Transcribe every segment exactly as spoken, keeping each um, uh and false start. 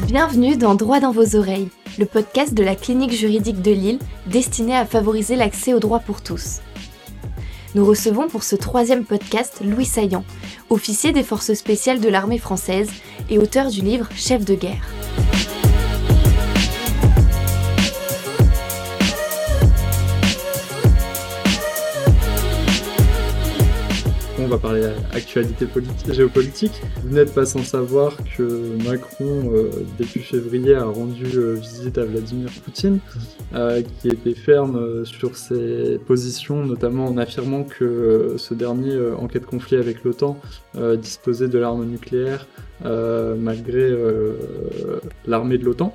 Bienvenue dans Droit dans vos oreilles, le podcast de la clinique juridique de Lille destiné à favoriser l'accès au droit pour tous. Nous recevons pour ce troisième podcast Louis Saillant, officier des forces spéciales de l'armée française et auteur du livre Chef de guerre. On va parler actualité politique, géopolitique. Vous n'êtes pas sans savoir que Macron, euh, début février, a rendu euh, visite à Vladimir Poutine, euh, qui était ferme euh, sur ses positions, notamment en affirmant que euh, ce dernier, euh, en cas de conflit avec l'OTAN, euh, disposait de l'arme nucléaire euh, malgré euh, l'armée de l'OTAN.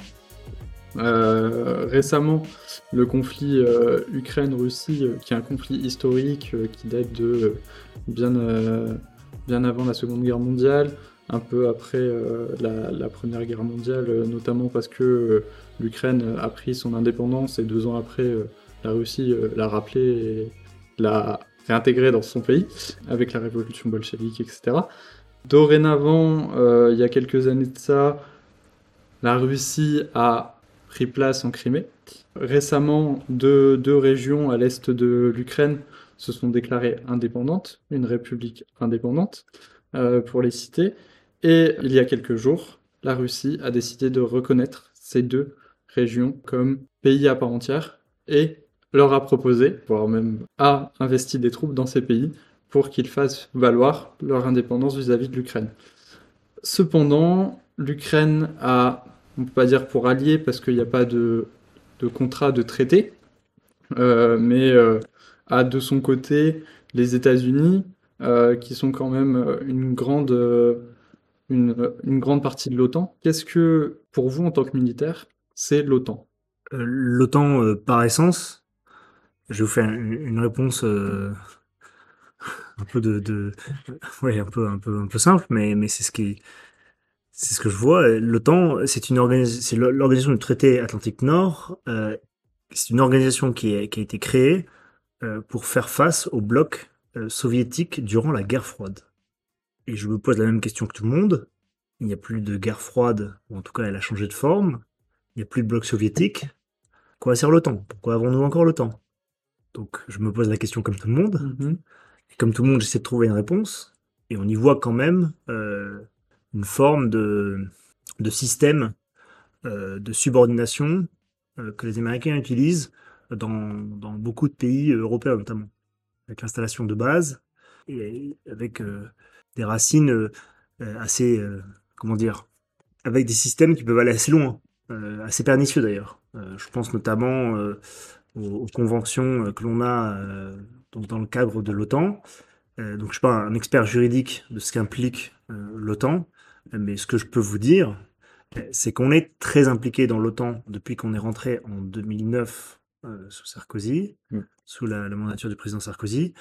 Euh, récemment, le conflit euh, Ukraine-Russie, euh, qui est un conflit historique euh, qui date de euh, bien, euh, bien avant la Seconde Guerre mondiale, un peu après euh, la, la Première Guerre mondiale, euh, notamment parce que euh, l'Ukraine a pris son indépendance et deux ans après, euh, la Russie euh, l'a rappelé et l'a réintégré dans son pays, avec la révolution bolchevique, et cetera. Dorénavant, euh, il y a quelques années de ça, la Russie a pris place en Crimée. Récemment, deux, deux régions à l'est de l'Ukraine se sont déclarées indépendantes, une république indépendante, euh, pour les citer. Et il y a quelques jours, la Russie a décidé de reconnaître ces deux régions comme pays à part entière et leur a proposé, voire même a investi des troupes dans ces pays pour qu'ils fassent valoir leur indépendance vis-à-vis de l'Ukraine. Cependant, l'Ukraine a, on ne peut pas dire pour allier parce qu'il n'y a pas de, de contrat de traité, euh, mais euh, a de son côté les États-Unis, euh, qui sont quand même une grande, euh, une, une grande partie de l'OTAN. Qu'est-ce que, pour vous en tant que militaire, c'est l'OTAN ? euh, L'OTAN, euh, par essence, je vais vous faire une, une réponse euh, un peu de, de ouais, un peu, un peu, un peu simple, mais, mais c'est ce qui, c'est ce que je vois. L'OTAN, c'est une organisation, c'est l'organisation du traité Atlantique Nord. Euh, c'est une organisation qui, est, qui a été créée euh, pour faire face au bloc euh, soviétique durant la guerre froide. Et je me pose la même question que tout le monde. Il n'y a plus de guerre froide, ou en tout cas elle a changé de forme. Il n'y a plus de bloc soviétique. Quoi sert l'OTAN ? Pourquoi avons-nous encore l'OTAN ? Donc je me pose la question comme tout le monde. Mm-hmm. Et comme tout le monde, j'essaie de trouver une réponse. Et on y voit quand même euh, une forme de, de système euh, de subordination euh, que les Américains utilisent dans, dans beaucoup de pays européens notamment, avec l'installation de bases et avec euh, des racines euh, assez, euh, comment dire, avec des systèmes qui peuvent aller assez loin, euh, assez pernicieux d'ailleurs. Euh, je pense notamment euh, aux, aux conventions que l'on a euh, donc dans le cadre de l'OTAN. Euh, donc je ne suis pas un expert juridique de ce qu'implique euh, l'OTAN, mais ce que je peux vous dire, c'est qu'on est très impliqué dans l'OTAN depuis qu'on est rentré en deux mille neuf euh, sous Sarkozy, mmh. sous la, la mandature du président Sarkozy,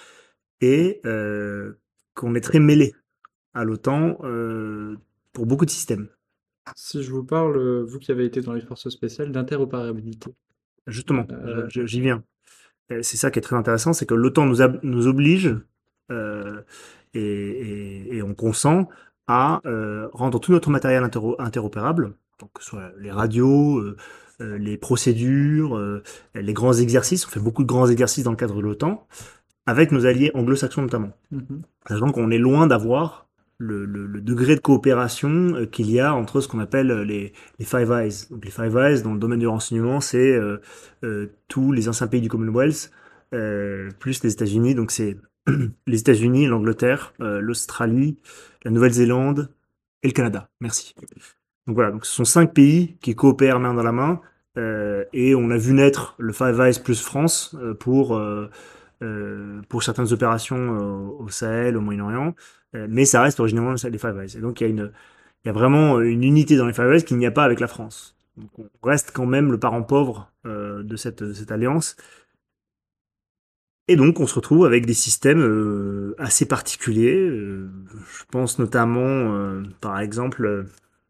et euh, qu'on est très mêlé à l'OTAN euh, pour beaucoup de systèmes. Si je vous parle, vous qui avez été dans les forces spéciales, d'interopérabilité. Justement, euh, j'y viens. C'est ça qui est très intéressant, c'est que l'OTAN nous, nous oblige euh, et, et, et on consent à euh, rendre tout notre matériel intero interopérable, donc que ce soit les radios, euh, euh, les procédures, euh, les grands exercices. On fait beaucoup de grands exercices dans le cadre de l'OTAN, avec nos alliés anglo-saxons notamment. Mm-hmm. Sachant qu'on est loin d'avoir le, le, le degré de coopération euh, qu'il y a entre ce qu'on appelle les, les Five Eyes. Donc les Five Eyes, dans le domaine du renseignement, c'est euh, euh, tous les anciens pays du Commonwealth, euh, plus les États-Unis. Donc c'est les États-Unis, l'Angleterre, euh, l'Australie, la Nouvelle-Zélande et le Canada. Merci. Donc voilà, donc ce sont cinq pays qui coopèrent main dans la main, euh, et on a vu naître le Five Eyes plus France euh, pour euh, euh, pour certaines opérations euh, au Sahel, au Moyen-Orient, euh, mais ça reste originalement les Five Eyes. Et donc il y a une il y a vraiment une unité dans les Five Eyes qu'il n'y a pas avec la France. Donc on reste quand même le parent pauvre euh, de cette de cette alliance. Et donc, on se retrouve avec des systèmes euh, assez particuliers. Euh, je pense notamment, euh, par exemple, euh,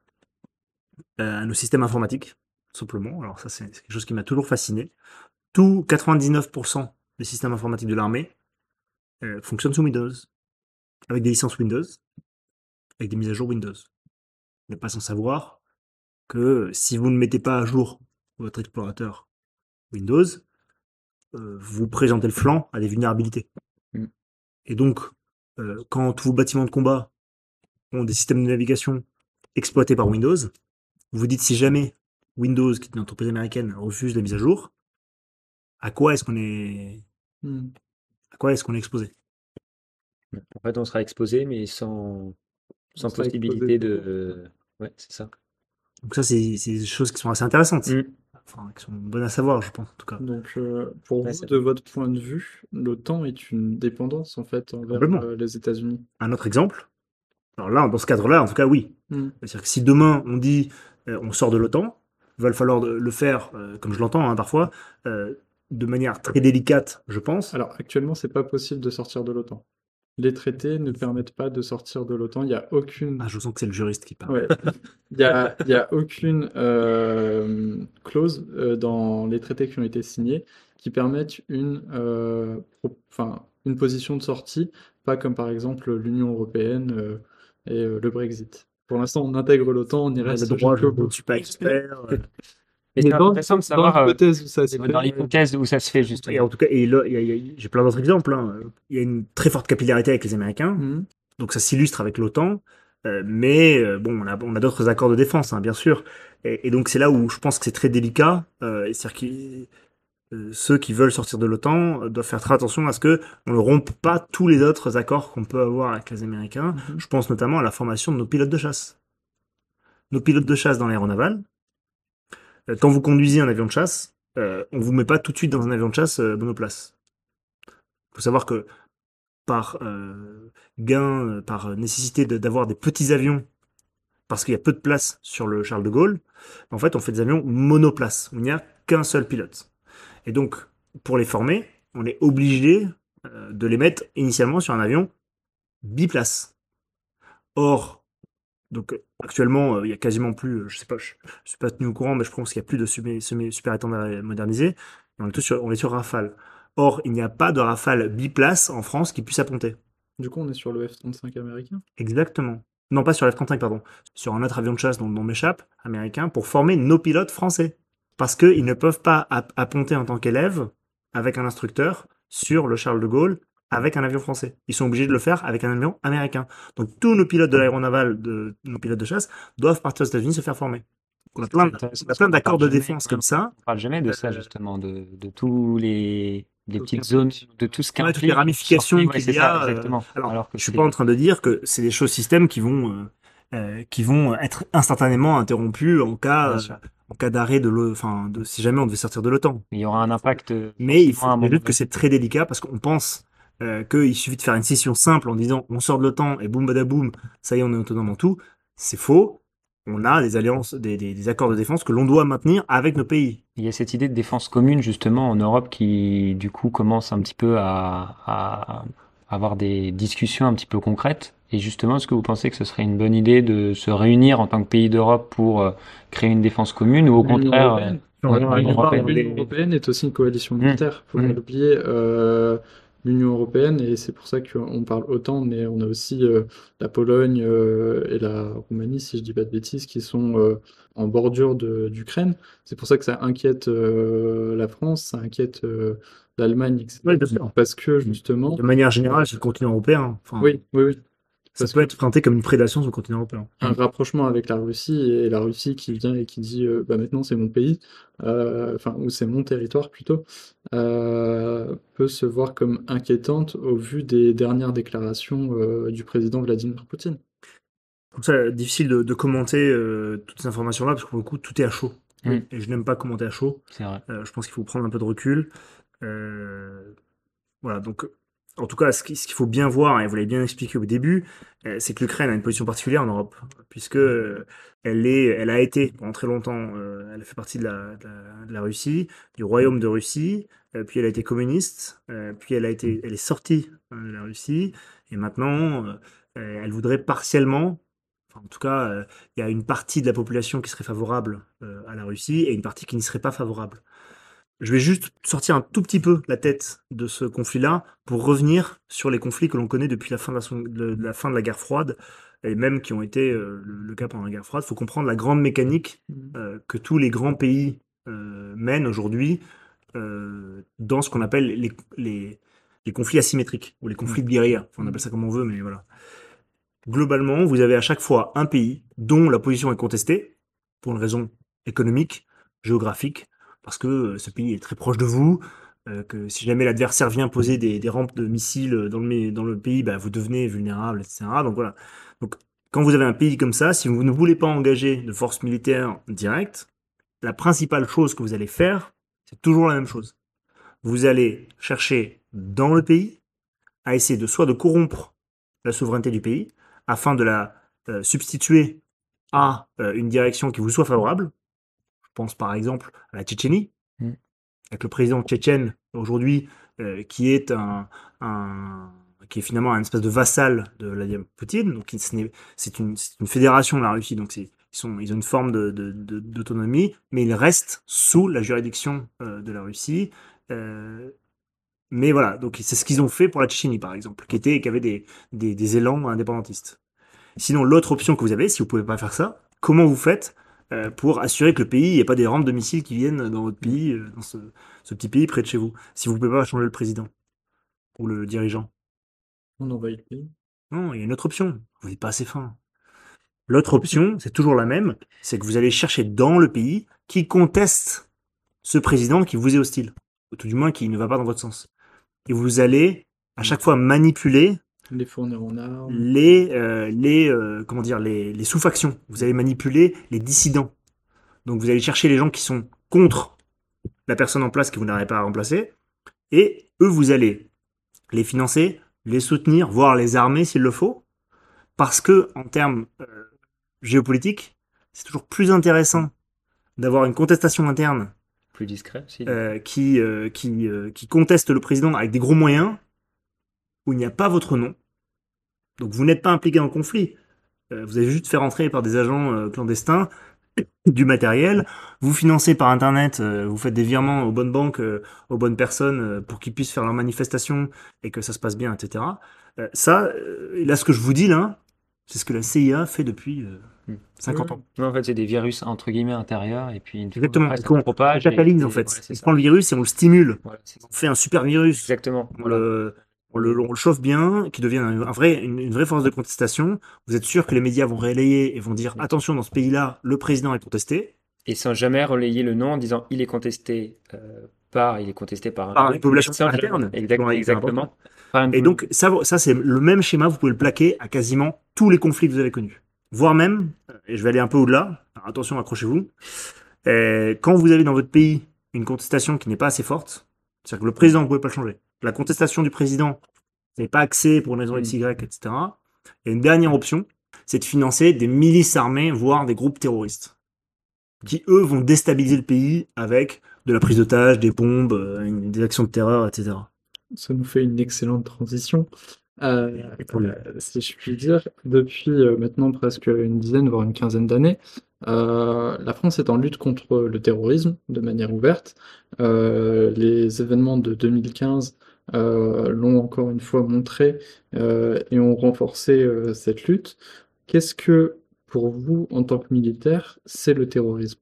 à nos systèmes informatiques, tout simplement. Alors ça, c'est quelque chose qui m'a toujours fasciné. Tout, quatre-vingt-dix-neuf pour cent des systèmes informatiques de l'armée euh, fonctionnent sous Windows, avec des licences Windows, avec des mises à jour Windows. On n'est pas sans savoir que si vous ne mettez pas à jour votre explorateur Windows, euh, vous présentez le flanc à des vulnérabilités. Mm. Et donc, euh, quand tous vos bâtiments de combat ont des systèmes de navigation exploités par Windows, vous vous dites si jamais Windows, qui est une entreprise américaine, refuse la mise à jour, à quoi est-ce qu'on est, Hmm. à quoi est-ce qu'on est exposé? En fait, on sera exposé, mais sans, sans sera possibilité exposé. de. Ouais, c'est ça. Donc ça, c'est c'est des choses qui sont assez intéressantes, Mm. enfin, qui sont bonnes à savoir, je pense, en tout cas. Donc, euh, pour Ouais, vous, c'est de votre point de vue, l'OTAN est une dépendance en fait envers Complètement. euh, les États-Unis. Un autre exemple, alors là, dans ce cadre-là, en tout cas, oui. Hmm. C'est-à-dire que si demain, on dit, euh, on sort de l'OTAN, il va falloir de- le faire, euh, comme je l'entends hein, parfois, euh, de manière très délicate, je pense. Alors, actuellement, c'est pas possible de sortir de l'OTAN. Les traités ne permettent pas de sortir de l'OTAN. Il n'y a aucune. Ah, je sens que c'est le juriste qui parle. Ouais. Il y a, il y a aucune euh, clause euh, dans les traités qui ont été signés qui permettent une, euh, pro- enfin, une position de sortie, pas comme par exemple l'Union européenne euh, et euh, le Brexit. Pour l'instant, on intègre l'OTAN, on y Ouais, reste le droit, je jusqu'au ne bout. suis pas expert. euh, Mais Mais c'est dans, intéressant de dans savoir euh, l'hypothèse où ça se dans fait, l'hypothèse où ça se fait, Et justement. en tout cas, et là, il y a- il y a- j'ai plein d'autres exemples. hein. Il y a une très forte capillarité avec les Américains, Mhm. donc ça s'illustre avec l'OTAN. euh, mais euh, bon, on a, on a d'autres accords de défense, hein, bien sûr. Et, et donc c'est là où je pense que c'est très délicat. Euh, et c'est-à-dire que euh, ceux qui veulent sortir de l'OTAN euh, doivent faire très attention à ce que on ne rompe pas tous les autres accords qu'on peut avoir avec les Américains. Mhm. Je pense notamment à la formation de nos pilotes de chasse. Nos pilotes de chasse dans l'aéronaval, euh, quand vous conduisez un avion de chasse, euh, on vous met pas tout de suite dans un avion de chasse euh, monoplace. Il faut savoir que par euh, gain, euh, par nécessité de- d'avoir des petits avions, parce qu'il y a peu de place sur le Charles de Gaulle, en fait, on fait des avions monoplaces, où il n'y a qu'un seul pilote. Et donc, pour les former, on est obligé euh, de les mettre initialement sur un avion biplace. Or, donc actuellement, euh, il y a quasiment plus, euh, je sais pas, je, je suis pas tenu au courant, mais je pense qu'il y a plus de semi- semi- super étendards modernisés. Et on est tous sur, on est sur Rafale. Or, il n'y a pas de Rafale biplace en France qui puisse apponter. Du coup, on est sur le F trente-cinq américain. Exactement. Non, pas sur l'F trente-cinq, pardon. Sur un autre avion de chasse dont le nom m'échappe, américain, pour former nos pilotes français. Parce qu'ils ne peuvent pas app- apponter en tant qu'élèves avec un instructeur sur le Charles de Gaulle avec un avion français. Ils sont obligés de le faire avec un avion américain. Donc tous nos pilotes de l'aéronaval, de, nos pilotes de chasse, doivent partir aux États-Unis se faire former. On a plein, C'est intéressant on a parce plein qu'on d'accords parle de jamais- défense ouais, comme ça. On parle jamais de ça, Euh, justement, de, de tous les, les Toutes petites les- zones, de tout ce Ouais, toutes les qu'implique une ramifications sortie. Ouais, qu'il c'est y ça, a. euh, exactement. alors, Alors que je suis c'est- pas en train de dire que c'est des choses systèmes qui vont, euh, euh, qui vont être instantanément interrompues en cas, Bien euh, sûr. en cas d'arrêt de l'O- enfin, de si jamais on devait sortir de l'OTAN. Il y aura un impact. euh, Mais il forcément à un faut moment juste que donné. c'est très délicat parce qu'on pense euh, qu'il suffit de faire une scission simple en disant on sort de l'OTAN et boum badaboum, ça y est, on est autonome en tout. C'est faux. On a des alliances, des, des- des accords de défense que l'on doit maintenir avec nos pays. Il y a cette idée de défense commune justement en Europe qui du coup commence un petit peu à, à avoir des discussions un petit peu concrètes. Et justement, est-ce que vous pensez que ce serait une bonne idée de se réunir en tant que pays d'Europe pour euh, créer une défense commune ou au L'Union contraire, européenne. euh, Ouais, ouais, ouais, l'Union on parle européenne. des- L'Union européenne est aussi une coalition Mmh. militaire. Faut pas Mmh. l'oublier. Euh, l'Union européenne, et c'est pour ça qu'on parle autant, mais on a aussi euh, la Pologne euh, et la Roumanie, si je dis pas de bêtises, qui sont euh, en bordure de- d'Ukraine. C'est pour ça que ça inquiète euh, la France, ça inquiète euh, l'Allemagne, et cetera. Oui, bien sûr. Parce que justement, De manière générale, sur le continent européen, enfin, oui, oui, oui. ça Parce peut que- être présenté comme une prédation sur le continent européen. un rapprochement avec la Russie et la Russie qui vient et qui dit euh, bah maintenant c'est mon pays, euh, enfin ou c'est mon territoire plutôt, euh, peut se voir comme inquiétante au vu des dernières déclarations euh, du président Vladimir Poutine. Comme ça, difficile de, de commenter euh, toutes ces informations-là parce que pour le coup, tout est à chaud. Mm. Et je n'aime pas commenter à chaud. C'est vrai. Euh, je pense qu'il faut prendre un peu de recul. Euh, voilà, donc en tout cas, ce qui- ce qu'il faut bien voir, et vous l'avez bien expliqué au début, euh, c'est que l'Ukraine a une position particulière en Europe, puisque euh, elle est, elle a été pendant très longtemps, euh, elle a fait partie de la, de la, de la Russie, du royaume de Russie, euh, puis elle a été communiste, euh, puis elle a été, elle est sortie euh, de la Russie, et maintenant, euh, euh, elle voudrait partiellement, enfin, en tout cas, euh, il y a une partie de la population qui serait favorable euh, à la Russie et une partie qui n'y serait pas favorable. je vais juste sortir un tout petit peu la tête de ce conflit-là pour revenir sur les conflits que l'on connaît depuis la fin de la, seconde- de la fin de la guerre froide, et même qui ont été euh, le, le cas pendant la guerre froide. Il faut comprendre la grande mécanique euh, que tous les grands pays euh, mènent aujourd'hui euh, dans ce qu'on appelle les, les, les conflits asymétriques, ou les conflits de guérilla. Enfin, on appelle ça comme on veut, mais voilà. Globalement, vous avez à chaque fois un pays dont la position est contestée, pour une raison économique, géographique, parce que euh, ce pays est très proche de vous, euh, que si jamais l'adversaire vient poser des, des rampes de missiles dans le, dans le pays, bah, vous devenez vulnérable, et cetera. Donc voilà. Donc, quand vous avez un pays comme ça, si vous ne voulez pas engager de forces militaires directes, la principale chose que vous allez faire, c'est toujours la même chose. Vous allez chercher dans le pays à essayer de soit de corrompre la souveraineté du pays, afin de la euh, substituer à euh, une direction qui vous soit favorable. Je pense par exemple à la Tchétchénie, Mm. avec le président tchétchène aujourd'hui, euh, qui est un, un- qui est finalement un espèce de vassal de Vladimir Poutine. Donc ce n'est- c'est une, c'est une fédération de la Russie, donc c'est- ils, sont, ils ont une forme de, de- de- d'autonomie, mais ils restent sous la juridiction euh, de la Russie. Euh, mais voilà, donc c'est ce qu'ils ont fait pour la Tchétchénie par exemple, qui était, qui avait des, des, des élans indépendantistes. Sinon, l'autre option que vous avez, si vous pouvez pas faire ça, comment vous faites euh, pour assurer que le pays, il n'y ait pas des rampes de missiles qui viennent dans votre pays, euh, dans ce, ce petit pays près de chez vous, si vous ne pouvez pas changer le président ou le dirigeant? On envahit le pays. Non, il y a une autre option. Vous n'êtes pas assez fin. L'autre option, c'est toujours la même, c'est que vous allez chercher dans le pays qui conteste ce président qui vous est hostile, ou tout du moins qui ne va pas dans votre sens. Et vous allez à chaque fois manipuler Les fournir en armes. les, euh, les, euh, comment dire, les, les sous-factions. Vous allez manipuler les dissidents. Donc vous allez chercher les gens qui sont contre la personne en place que vous n'arrivez pas à remplacer, et eux, vous allez les financer, les soutenir, voire les armer s'il le faut, parce que en termes euh, géopolitiques, c'est toujours plus intéressant d'avoir une contestation interne Plus discret aussi. euh, qui, euh, qui, euh, qui conteste le président avec des gros moyens, où il n'y a pas votre nom. Donc vous n'êtes pas impliqué dans le conflit. Euh, vous avez juste fait rentrer par des agents euh, clandestins du matériel, vous financez par internet, euh, vous faites des virements aux bonnes banques, euh, aux bonnes personnes euh, pour qu'ils puissent faire leurs manifestations et que ça se passe bien, et cetera. Euh, ça, euh, et là ce que je vous dis là, c'est ce que la C I A fait depuis euh, Mm. cinquante ans. Non, en fait, c'est des virus entre guillemets intérieurs et puis une fois Exactement. après, Et ça qu'on se propage. on catalyse et- en et- fait. ouais, c'est On ça. prend le virus et on le stimule. Voilà, c'est ça. On fait un super virus. Exactement. On Voilà. le, on le, on le chauffe bien, qui devient un, un vrai, une, une vraie force de contestation. Vous êtes sûr que les médias vont relayer et vont dire Mm. attention, dans ce pays-là, le président est contesté. Et sans jamais relayer le nom en disant il est contesté euh, par, il est contesté par un Par groupe, une population mais sans jamais- interne, Exact- qui est hyper exactement. Par une- Et donc, ça, ça c'est le même schéma, vous pouvez le plaquer à quasiment tous les conflits que vous avez connus. Voire même, et je vais aller un peu au-delà, alors attention, accrochez-vous, euh, quand vous avez dans votre pays une contestation qui n'est pas assez forte, c'est-à-dire que le président, vous ne pouvez pas le changer, la contestation du président n'est pas axée pour une raison Mm. X, Y, et cetera. Et une dernière option, c'est de financer des milices armées, voire des groupes terroristes, qui, eux, vont déstabiliser le pays avec de la prise d'otages, des bombes, euh, une- des actions de terreur, et cetera. Ça nous fait une excellente transition. Euh, euh, si je puis dire, depuis euh, maintenant presque une dizaine, voire une quinzaine d'années, euh, la France est en lutte contre le terrorisme de manière ouverte. Euh, les événements de deux mille quinze euh, l'ont encore une fois montré euh, et ont renforcé euh, cette lutte. Qu'est-ce que, pour vous, en tant que militaire, c'est le terrorisme?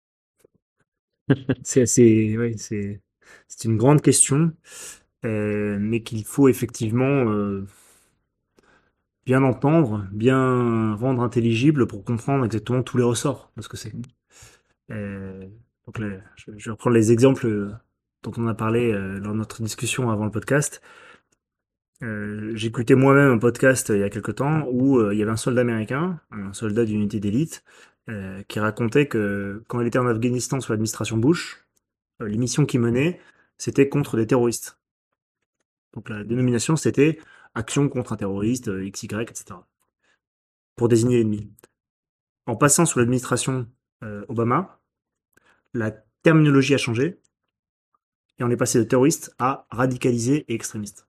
C'est assez, oui, c'est, c'est une grande question, euh, mais qu'il faut effectivement euh, bien entendre, bien rendre intelligible pour comprendre exactement tous les ressorts de ce que c'est. Euh, donc là, je, je vais reprendre les exemples euh, dont on a parlé euh, lors de notre discussion avant le podcast. Euh, j'écoutais moi-même un podcast euh, il y a quelque temps où euh, il y avait un soldat américain, un soldat d'unité d'élite, euh, qui racontait que quand il était en Afghanistan sous l'administration Bush, euh, les missions qu'il menait, c'était contre des terroristes. Donc la dénomination, c'était action contre un terroriste, euh, X Y, et cetera. Pour désigner l'ennemi. En passant sous l'administration euh, Obama, la terminologie a changé et on est passé de terroriste à radicalisé et extrémiste.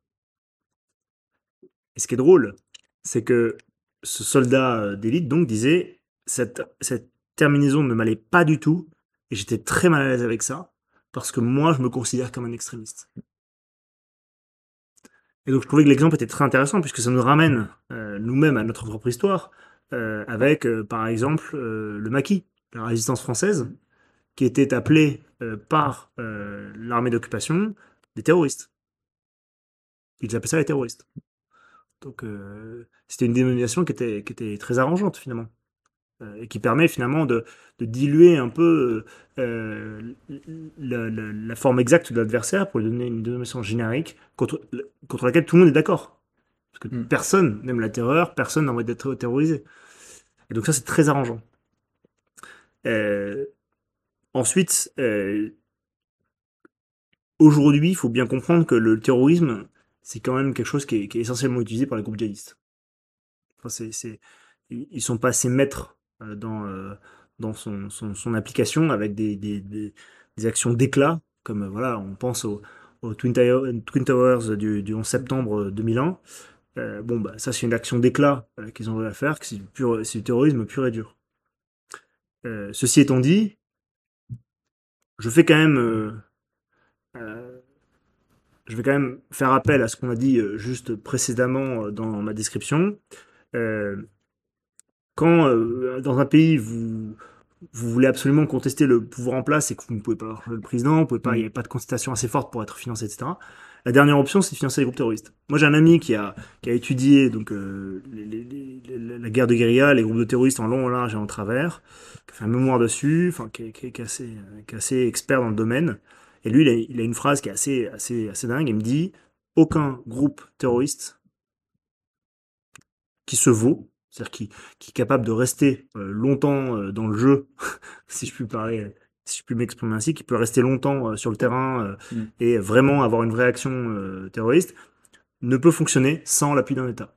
Et ce qui est drôle, c'est que ce soldat euh, d'élite donc disait cette, cette terminaison ne m'allait pas du tout et j'étais très mal à l'aise avec ça parce que moi, je me considère comme un extrémiste. Et donc, je trouvais que l'exemple était très intéressant, puisque ça nous ramène euh, nous-mêmes à notre propre histoire, euh, avec, euh, par exemple, euh, le maquis, la résistance française, qui était appelée euh, par euh, l'armée d'occupation des terroristes. Ils appelaient ça les terroristes. Donc, euh, c'était une dénomination qui était, qui était très arrangeante, finalement. Euh, et qui permet finalement de, de diluer un peu euh, la, la- la forme exacte de l'adversaire pour lui donner une dénomination générique contre, contre laquelle tout le monde est d'accord. Parce que Mm. personne n'aime la terreur, personne n'a envie d'être terrorisé. Et donc ça, c'est très arrangeant. Euh, ensuite, euh, aujourd'hui, il faut bien comprendre que le terrorisme, c'est quand même quelque chose qui est, qui est essentiellement utilisé par les groupes djihadistes. Enfin, c'est, c'est, ils ils sont pas assez maîtres euh, dans, euh, dans son, son, son application avec des, des, des, des actions d'éclat, comme euh, voilà, on pense au, au Twin, Tower- Twin Towers du, du onze septembre deux mille un. Euh, bon, bah, ça, c'est une action d'éclat euh, qu'ils ont eu à faire, que c'est du, pur, c'est du terrorisme pur et dur. Euh, ceci étant dit, je fais quand même, euh, euh, je vais quand même faire appel à ce qu'on a dit euh, juste précédemment euh, dans ma description. Euh, quand euh, dans un pays vous vous voulez absolument contester le pouvoir en place et que vous ne pouvez pas changer le président, vous pouvez pas, il n'y Mm. a pas de contestation assez forte pour être financé, et cetera. La dernière option, c'est de financer les groupes terroristes. Moi, j'ai un ami qui a, qui a étudié donc euh, les- les- les- la guerre de guérilla, les groupes de terroristes en long, en large et en travers, qui a fait un mémoire dessus, enfin, qui, est- qui est qui est assez, qui est assez expert dans le domaine. Et lui, il a, il a une phrase qui est assez, assez, assez dingue. Il me dit, aucun groupe terroriste qui se vaut, c'est-à-dire qui, qui est capable de rester euh, longtemps euh, dans le jeu, si je puis parler, si je puis m'exprimer ainsi, qui peut rester longtemps euh, sur le terrain euh, Mm. et vraiment avoir une vraie action euh, terroriste, ne peut fonctionner sans l'appui d'un État.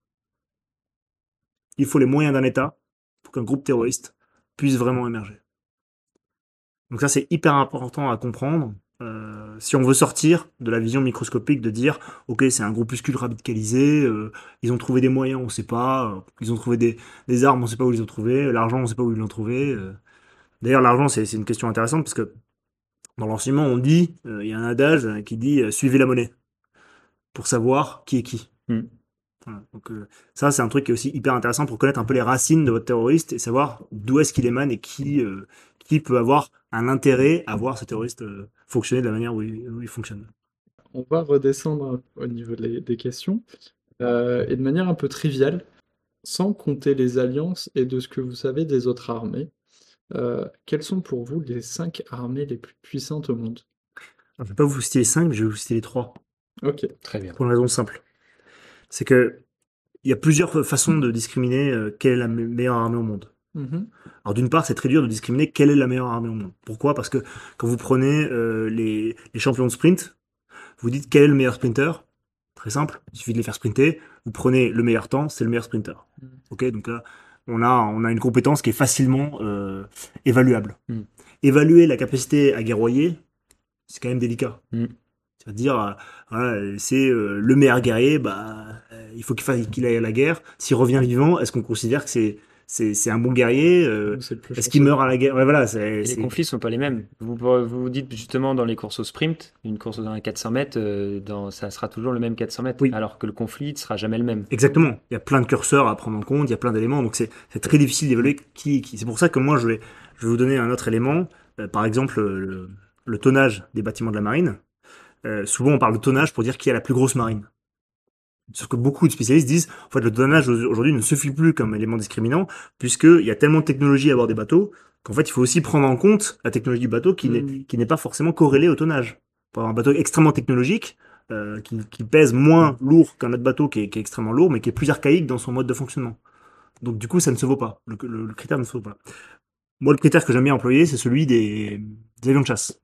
Il faut les moyens d'un État pour qu'un groupe terroriste puisse vraiment émerger. Donc ça, c'est hyper important à comprendre. Euh, si on veut sortir de la vision microscopique de dire, ok, c'est un groupuscule radicalisé, euh, ils ont trouvé des moyens, on sait pas, euh, ils ont trouvé des, des armes, on sait pas où ils les ont trouvé, l'argent, on sait pas où ils l'ont trouvé. euh. D'ailleurs, l'argent, c'est c'est une question intéressante parce que dans l'enseignement, on dit, euh, il y a un adage euh, qui dit, euh, suivez la monnaie pour savoir qui est qui. Mm. Voilà. Donc euh, ça, c'est un truc qui est aussi hyper intéressant pour connaître un peu les racines de votre terroriste et savoir d'où est-ce qu'il émane et qui, euh, qui peut avoir un intérêt à voir ce terroriste euh, fonctionner de la manière où il, où il fonctionne. On va redescendre au niveau des, des questions, euh, et de manière un peu triviale, sans compter les alliances et de ce que vous savez des autres armées. Euh, quelles sont pour vous les cinq armées les plus puissantes au monde? Alors, je vais pas vous citer les cinq, mais je vais vous citer les trois. Ok. Très bien. Pour une raison simple. C'est que il y a plusieurs façons de discriminer euh, quelle est la me- meilleure armée au monde. Mhm. Alors d'une part, c'est très dur de discriminer quelle est la meilleure armée au monde. Pourquoi? Parce que quand vous prenez euh, les, les champions de sprint, vous dites quel est le meilleur sprinter. Très simple, il suffit de les faire sprinter. Vous prenez le meilleur temps, c'est le meilleur sprinter. Mm. Ok, donc là, on a, on a une compétence qui est facilement euh, évaluable. Mm. Évaluer la capacité à guerroyer, c'est quand même délicat. Mm. C'est-à-dire, euh, voilà, c'est euh, le meilleur guerrier, bah, euh, il faut qu'il fasse, qu'il aille à la guerre. S'il revient vivant, est-ce qu'on considère que c'est, c'est, c'est un bon guerrier euh, C'est le plus Est-ce qu'il chanceux. meurt à la guerre? Ouais, voilà, c'est, Et les c'est- conflits sont pas les mêmes. Vous vous vous dites justement dans les courses au sprint, une course dans les quatre cents mètres, euh, dans, ça sera toujours le même quatre cents mètres, Oui. alors que le conflit ne sera jamais le même. Exactement. Il y a plein de curseurs à prendre en compte, il y a plein d'éléments, donc c'est, c'est très difficile d'évaluer qui est qui. C'est pour ça que moi, je vais, je vais vous donner un autre élément. Euh, par exemple, le, le tonnage des bâtiments de la marine. Euh, souvent, on parle de tonnage pour dire qui a la plus grosse marine. Sauf que beaucoup de spécialistes disent, en fait, le tonnage aujourd'hui ne suffit plus comme élément discriminant, puisqu'il y a tellement de technologie à bord des bateaux, qu'en fait, il faut aussi prendre en compte la technologie du bateau qui n'est Mm. qui n'est pas forcément corrélée au tonnage. Pour avoir un bateau extrêmement technologique, euh, qui, qui pèse moins lourd qu'un autre bateau qui est, qui est extrêmement lourd, mais qui est plus archaïque dans son mode de fonctionnement. Donc, du coup, ça ne se vaut pas. Le, le- le critère ne se vaut pas. Moi, le critère que j'aime bien employer, c'est celui des, des avions de chasse.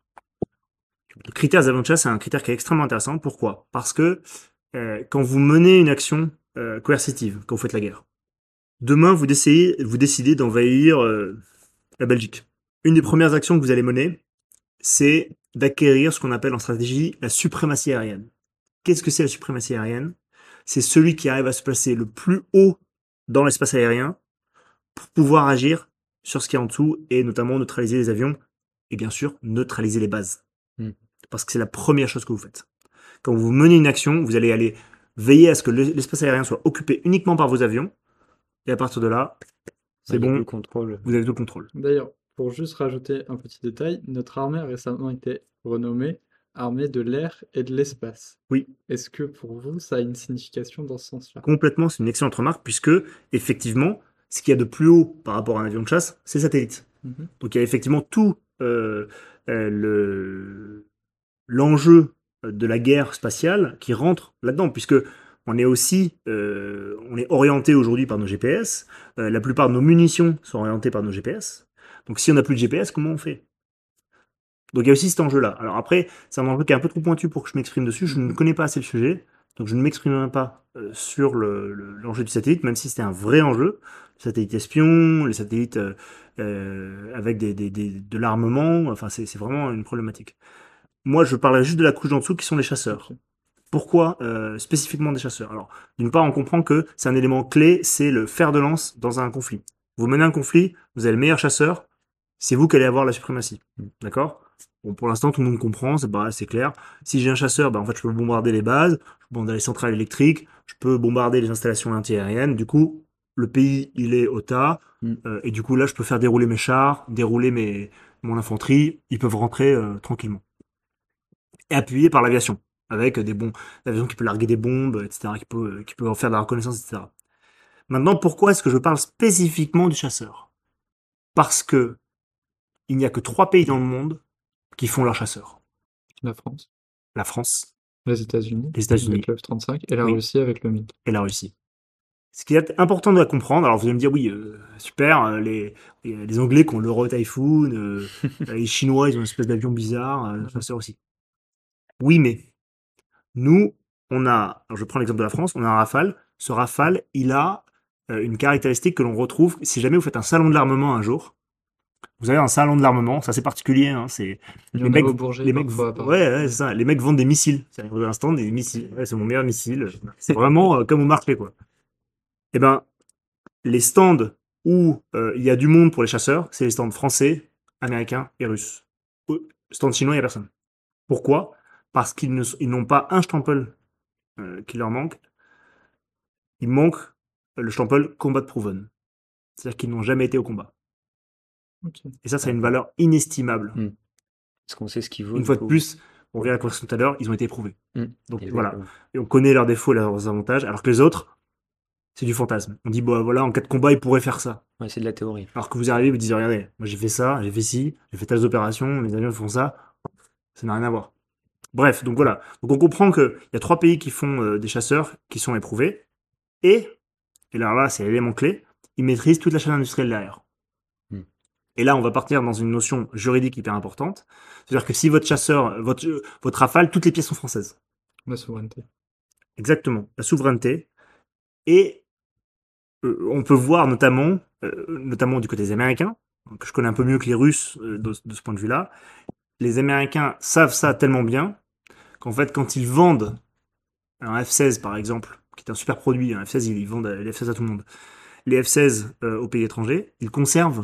Le critère des avions de chasse, c'est un critère qui est extrêmement intéressant. Pourquoi? Parce que euh, quand vous menez une action euh, coercitive, quand vous faites la guerre, demain vous décidez, vous décidez d'envahir euh, la Belgique. Une des premières actions que vous allez mener, c'est d'acquérir ce qu'on appelle en stratégie la suprématie aérienne. Qu'est-ce que c'est la suprématie aérienne? C'est celui qui arrive à se placer le plus haut dans l'espace aérien pour pouvoir agir sur ce qui est en dessous et notamment neutraliser les avions et bien sûr neutraliser les bases. Mm. Parce que c'est la première chose que vous faites. Quand vous menez une action, vous allez aller veiller à ce que l'espace aérien soit occupé uniquement par vos avions. Et à partir de là, c'est Il y a bon, le contrôle. vous avez tout le contrôle. D'ailleurs, pour juste rajouter un petit détail, notre armée a récemment été renommée armée de l'air et de l'espace. Oui. Est-ce que pour vous, ça a une signification dans ce sens-là? Complètement, c'est une excellente remarque, puisque, effectivement, ce qu'il y a de plus haut par rapport à un avion de chasse, c'est le satellite. Mhm. Donc il y a effectivement tout euh, euh, le- l'enjeu de la guerre spatiale qui rentre là-dedans, puisque on est aussi euh, on est orienté aujourd'hui par nos G P S. Euh, la plupart de nos munitions sont orientées par nos G P S. Donc si on n'a plus de G P S, comment on fait? Donc il y a aussi cet enjeu-là. Alors après, c'est un enjeu qui est un peu trop pointu pour que je m'exprime dessus. Je ne connais pas assez le sujet, donc je ne m'exprimerai pas euh, sur le- le- l'enjeu du satellite, même si c'était un vrai enjeu. Le satellite espion, les satellites euh, euh, avec des, des- des- de l'armement, enfin c'est c'est vraiment une problématique. Moi, je parlerai juste de la couche d'en dessous qui sont les chasseurs. Ok. Pourquoi euh, spécifiquement des chasseurs? Alors, d'une part, on comprend que c'est un élément clé, c'est le fer de lance dans un conflit. Vous menez un conflit, vous avez le meilleur chasseur, c'est vous qui allez avoir la suprématie. D'accord? Bon, pour l'instant, tout le monde comprend, c'est bah, c'est clair. Si j'ai un chasseur, bah, en fait, je peux bombarder les bases, je peux bombarder les centrales électriques, je peux bombarder les installations antiaériennes. Du coup, le pays, il est au tas, Mm. euh, et du coup, là, je peux faire dérouler mes chars, dérouler mes, mon infanterie, ils peuvent rentrer euh, tranquillement. Et appuyé par l'aviation, avec des bons, l'aviation qui peut larguer des bombes, et cetera, qui peut, qui peut en faire de la reconnaissance, et cetera. Maintenant, pourquoi est-ce que je parle spécifiquement du chasseur? Parce que il n'y a que trois pays dans le monde qui font leurs chasseurs. La France, La France, les États-Unis, les États-Unis avec le F trente-cinq, et la Oui. Russie avec le M I G. et la Russie. Ce qui est important de comprendre, alors vous allez me dire, oui, euh, super, euh, les, les, les Anglais qui ont l'Euro Typhoon, euh, les Chinois, ils ont une espèce d'avion bizarre, euh, chasseurs aussi. Oui, mais nous, on a, alors je prends l'exemple de la France, on a un Rafale. Ce Rafale, il a euh, une caractéristique que l'on retrouve si jamais vous faites un salon de l'armement un jour. Vous avez un salon de l'armament, c'est assez particulier, hein, c'est Il y les en a mecs, au Bourget les mecs, parfois, ouais, apparemment. ouais, c'est ça. Les mecs vendent des missiles. C'est arrivé à l'instant des missiles. Ouais, c'est mon meilleur missile. C'est vraiment euh, comme au marché, quoi. Eh ben, les stands où euh, il y a du monde pour les chasseurs, c'est les stands français, américains et russes. Eux, stand chinois, il y a personne. Pourquoi? Parce qu'ils ne, ils n'ont pas un Stempel euh, qui leur manque. Il manque euh, le Stempel Combat Proven. C'est-à-dire qu'ils n'ont jamais été au combat. Ok. Et ça, ça a une D'accord. valeur inestimable. Mm. Est-ce qu'on sait ce qu'il vaut Une du fois de coup? plus, on revient à la conversation tout à l'heure, ils ont été éprouvés. Mm. Donc Exactement. voilà. Et on connaît leurs défauts et leurs avantages, alors que les autres, c'est du fantasme. On dit, bon, voilà, en cas de combat, ils pourraient faire ça. Ouais, c'est de la théorie. Alors que vous arrivez, vous dites, regardez, moi j'ai fait ça, j'ai fait ci, j'ai fait telles opérations, les avions font ça, ça n'a rien à voir. Bref, donc voilà. Donc on comprend qu'il y a trois pays qui font euh, des chasseurs qui sont éprouvés, et, et là, là c'est l'élément clé, ils maîtrisent toute la chaîne industrielle derrière. Mm. Et là, on va partir dans une notion juridique hyper importante. C'est-à-dire que si votre chasseur, votre, votre Rafale, toutes les pièces sont françaises. La souveraineté. Exactement, la souveraineté. Et euh, on peut voir notamment, euh, notamment du côté des Américains, que je connais un peu mieux que les Russes euh, de, de ce point de vue-là, les Américains savent ça tellement bien qu'en fait, quand ils vendent un F seize, par exemple, qui est un super produit, un F seize, ils vendent les F seize à tout le monde, les F seize euh, aux pays étrangers, ils conservent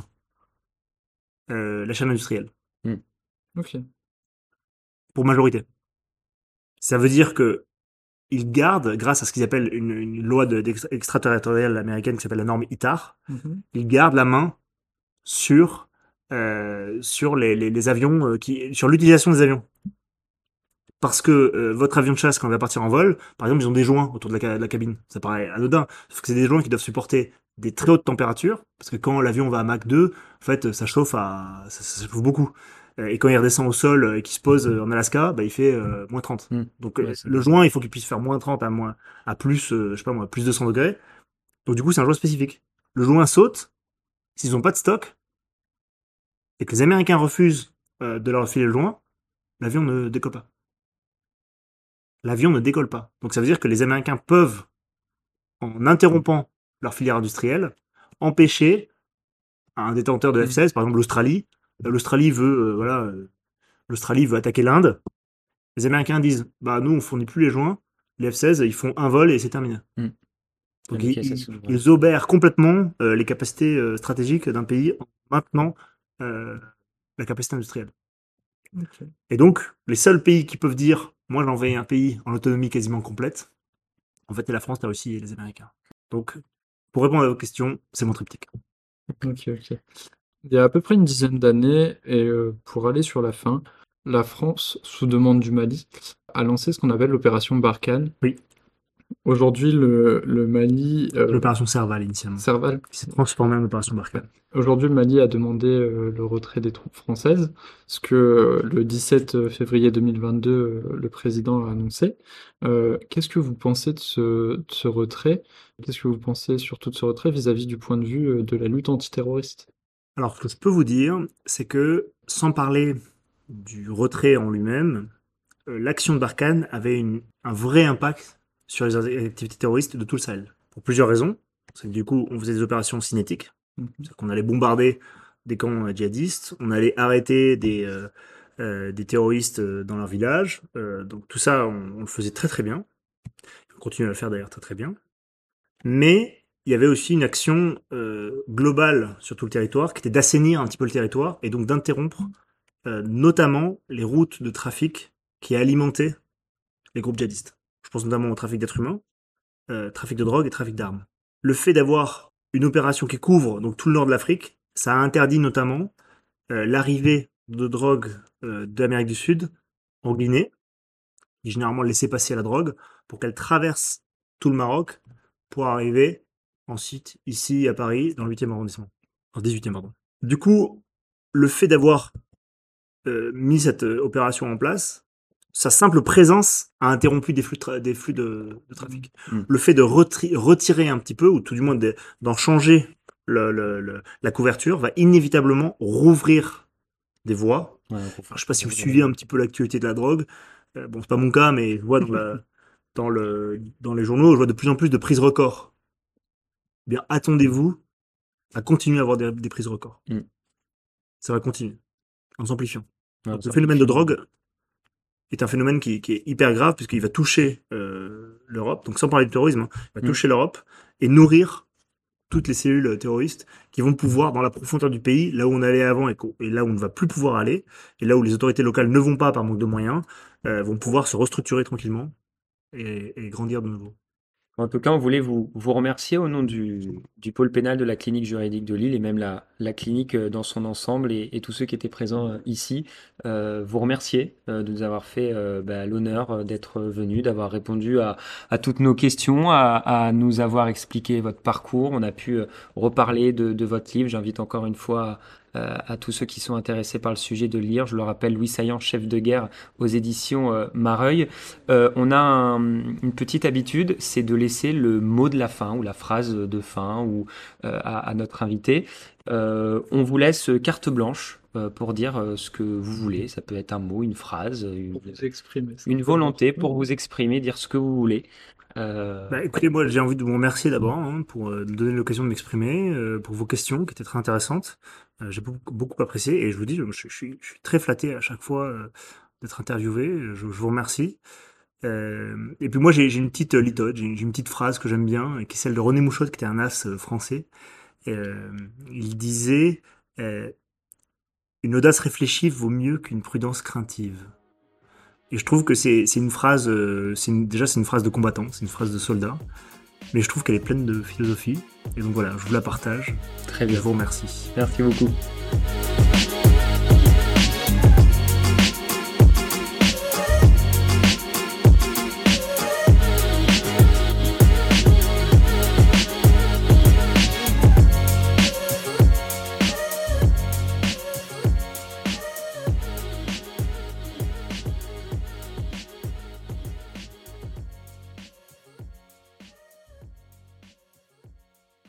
euh, la chaîne industrielle, Ok. pour majorité. Ça veut dire que ils gardent, grâce à ce qu'ils appellent une, une loi de- d'extra- extraterritoriale américaine qui s'appelle la norme I T A R, Mhm. ils gardent la main sur, euh, sur les, les- les avions, euh, qui, sur l'utilisation des avions. Parce que euh, votre avion de chasse, quand il va partir en vol, par exemple, ils ont des joints autour de la, ca- de la cabine. Ça paraît anodin. Sauf que c'est des joints qui doivent supporter des très hautes températures. Parce que quand l'avion va à Mach deux, en fait, ça chauffe à, ça, ça chauffe beaucoup. Euh, Et quand il redescend au sol euh, et qu'il se pose euh, en Alaska, bah, il fait euh, moins trente. Mm. Donc euh, Ouais, c'est le vrai. joint, il faut qu'il puisse faire moins trente à moins, à plus, euh, je sais pas moi, plus deux cents degrés. Donc du coup, c'est un joint spécifique. Le joint saute, s'ils n'ont pas de stock, et que les Américains refusent euh, de leur filer le joint, l'avion ne décolle pas. L'avion ne décolle pas. Donc ça veut dire que les Américains peuvent, en interrompant leur filière industrielle, empêcher un détenteur de F seize, par exemple l'Australie. Euh, L'Australie veut, euh, voilà, euh, l'Australie veut attaquer l'Inde. Les Américains disent, bah nous on fournit plus les joints. Les F seize, ils font un vol et c'est terminé. Mm. Donc Ok, ils, ça ils- soulève. ils obèrent complètement euh, les capacités euh, stratégiques d'un pays en maintenant euh, la capacité industrielle. Ok. Et donc, les seuls pays qui peuvent dire « moi, j'envoie un pays en autonomie quasiment complète », en fait, c'est la France, la Russie et les Américains. Donc, pour répondre à vos questions, c'est mon triptyque. Ok, ok. Il y a à peu près une dizaine d'années, et euh, pour aller sur la fin, la France, sous demande du Mali, a lancé ce qu'on appelle l'opération Barkhane. Oui. Aujourd'hui, le, le Mali... euh, L'opération Serval, initialement, Serval. qui s'est transformée en opération Barkhane. Aujourd'hui, le Mali a demandé euh, le retrait des troupes françaises, ce que euh, le dix-sept février deux mille vingt-deux, euh, le président a annoncé. Euh, qu'est-ce que vous pensez de ce, de ce retrait? Qu'est-ce que vous pensez surtout de ce retrait vis-à-vis du point de vue euh, de la lutte antiterroriste? Alors, ce que je peux vous dire, c'est que, sans parler du retrait en lui-même, euh, l'action de Barkhane avait une- un vrai impact sur les activités terroristes de tout le Sahel. Pour plusieurs raisons. C'est que du coup, on faisait des opérations cinétiques. Mhm. C'est-à-dire qu'on allait bombarder des camps djihadistes, on allait arrêter des, euh, euh, des terroristes euh, dans leur village. Euh, donc tout ça, on, on le faisait très très bien. On continue à le faire d'ailleurs très très bien. Mais il y avait aussi une action euh, globale sur tout le territoire qui était d'assainir un petit peu le territoire et donc d'interrompre euh, notamment les routes de trafic qui alimentaient les groupes djihadistes. Je pense notamment au trafic d'êtres humains, euh, trafic de drogue et trafic d'armes. Le fait d'avoir une opération qui couvre donc tout le nord de l'Afrique, ça a interdit notamment euh, l'arrivée de drogue euh, d'Amérique du Sud en Guinée, qui généralement laissait passer la drogue pour qu'elle traverse tout le Maroc pour arriver ensuite ici à Paris dans le huitième arrondissement, en dix-huitième pardon. Du coup, le fait d'avoir euh, mis cette euh, opération en place, sa simple présence a interrompu des flux de, tra- des flux de, de trafic. Mm. Le fait de retri- retirer un petit peu, ou tout du moins de- d'en changer le- le- le- la couverture, va inévitablement rouvrir des voies. Ouais, Alors, je sais pas si vous suivez un petit peu l'actualité de la drogue. Euh, bon, c'est pas mon cas, mais je vois dans, la- dans, le, dans les journaux, je vois de plus en plus de prises records. Eh bien, attendez-vous à continuer à avoir des, des prises records. Mm. Ça va continuer, en s'amplifiant. Ouais, Donc, ça le phénomène de fonctionne. drogue est un phénomène qui, qui est hyper grave puisqu'il va toucher euh, l'Europe, donc sans parler du terrorisme, hein, il va Mm. toucher l'Europe et nourrir toutes les cellules terroristes qui vont pouvoir, dans la profondeur du pays, là où on allait avant et, qu'au- et là où on ne va plus pouvoir aller, et là où les autorités locales ne vont pas par manque de moyens, euh, vont pouvoir se restructurer tranquillement et, et grandir de nouveau. En tout cas, on voulait vous, vous remercier au nom du, du pôle pénal de la clinique juridique de Lille et même la, la clinique euh, dans son ensemble et, et tous ceux qui étaient présents euh, ici. Euh, vous remercier euh, de nous avoir fait euh, bah, l'honneur euh, d'être venus, d'avoir répondu à, à toutes nos questions, à, à nous avoir expliqué votre parcours. On a pu euh, reparler de, de votre livre. J'invite encore une fois euh, à tous ceux qui sont intéressés par le sujet de le lire. Je le rappelle, Louis Saillant, chef de guerre aux éditions euh, Mareuil. Euh, on a un- une petite habitude, c'est de laisser le mot de la fin ou la phrase de fin ou, euh, à, à notre invité. Euh, on vous laisse carte blanche euh, pour dire euh, ce que vous voulez. Ça peut être un mot, une phrase, une, Pour vous exprimer. une volonté pour vous exprimer, dire ce que vous voulez. Euh, Bah, écoutez, moi j'ai envie de vous remercier d'abord hein, pour euh, me donner l'occasion de m'exprimer, euh, pour vos questions qui étaient très intéressantes. Euh, j'ai beaucoup, beaucoup apprécié et je vous dis, je, je suis, je suis très flatté à chaque fois euh, d'être interviewé. Je, je vous remercie. Euh, et puis moi j'ai j'ai une petite euh, litote, j'ai j'ai une petite phrase que j'aime bien, euh, qui est celle de René Mouchotte, qui était un as euh, français. Euh, il disait euh, une audace réfléchie vaut mieux qu'une prudence craintive. Et je trouve que c'est c'est une phrase, euh, c'est une- déjà c'est une phrase de combattant, c'est une phrase de soldat, mais je trouve qu'elle est pleine de philosophie. Et donc voilà, je vous la partage. très Et bien. je vous remercie. Merci beaucoup.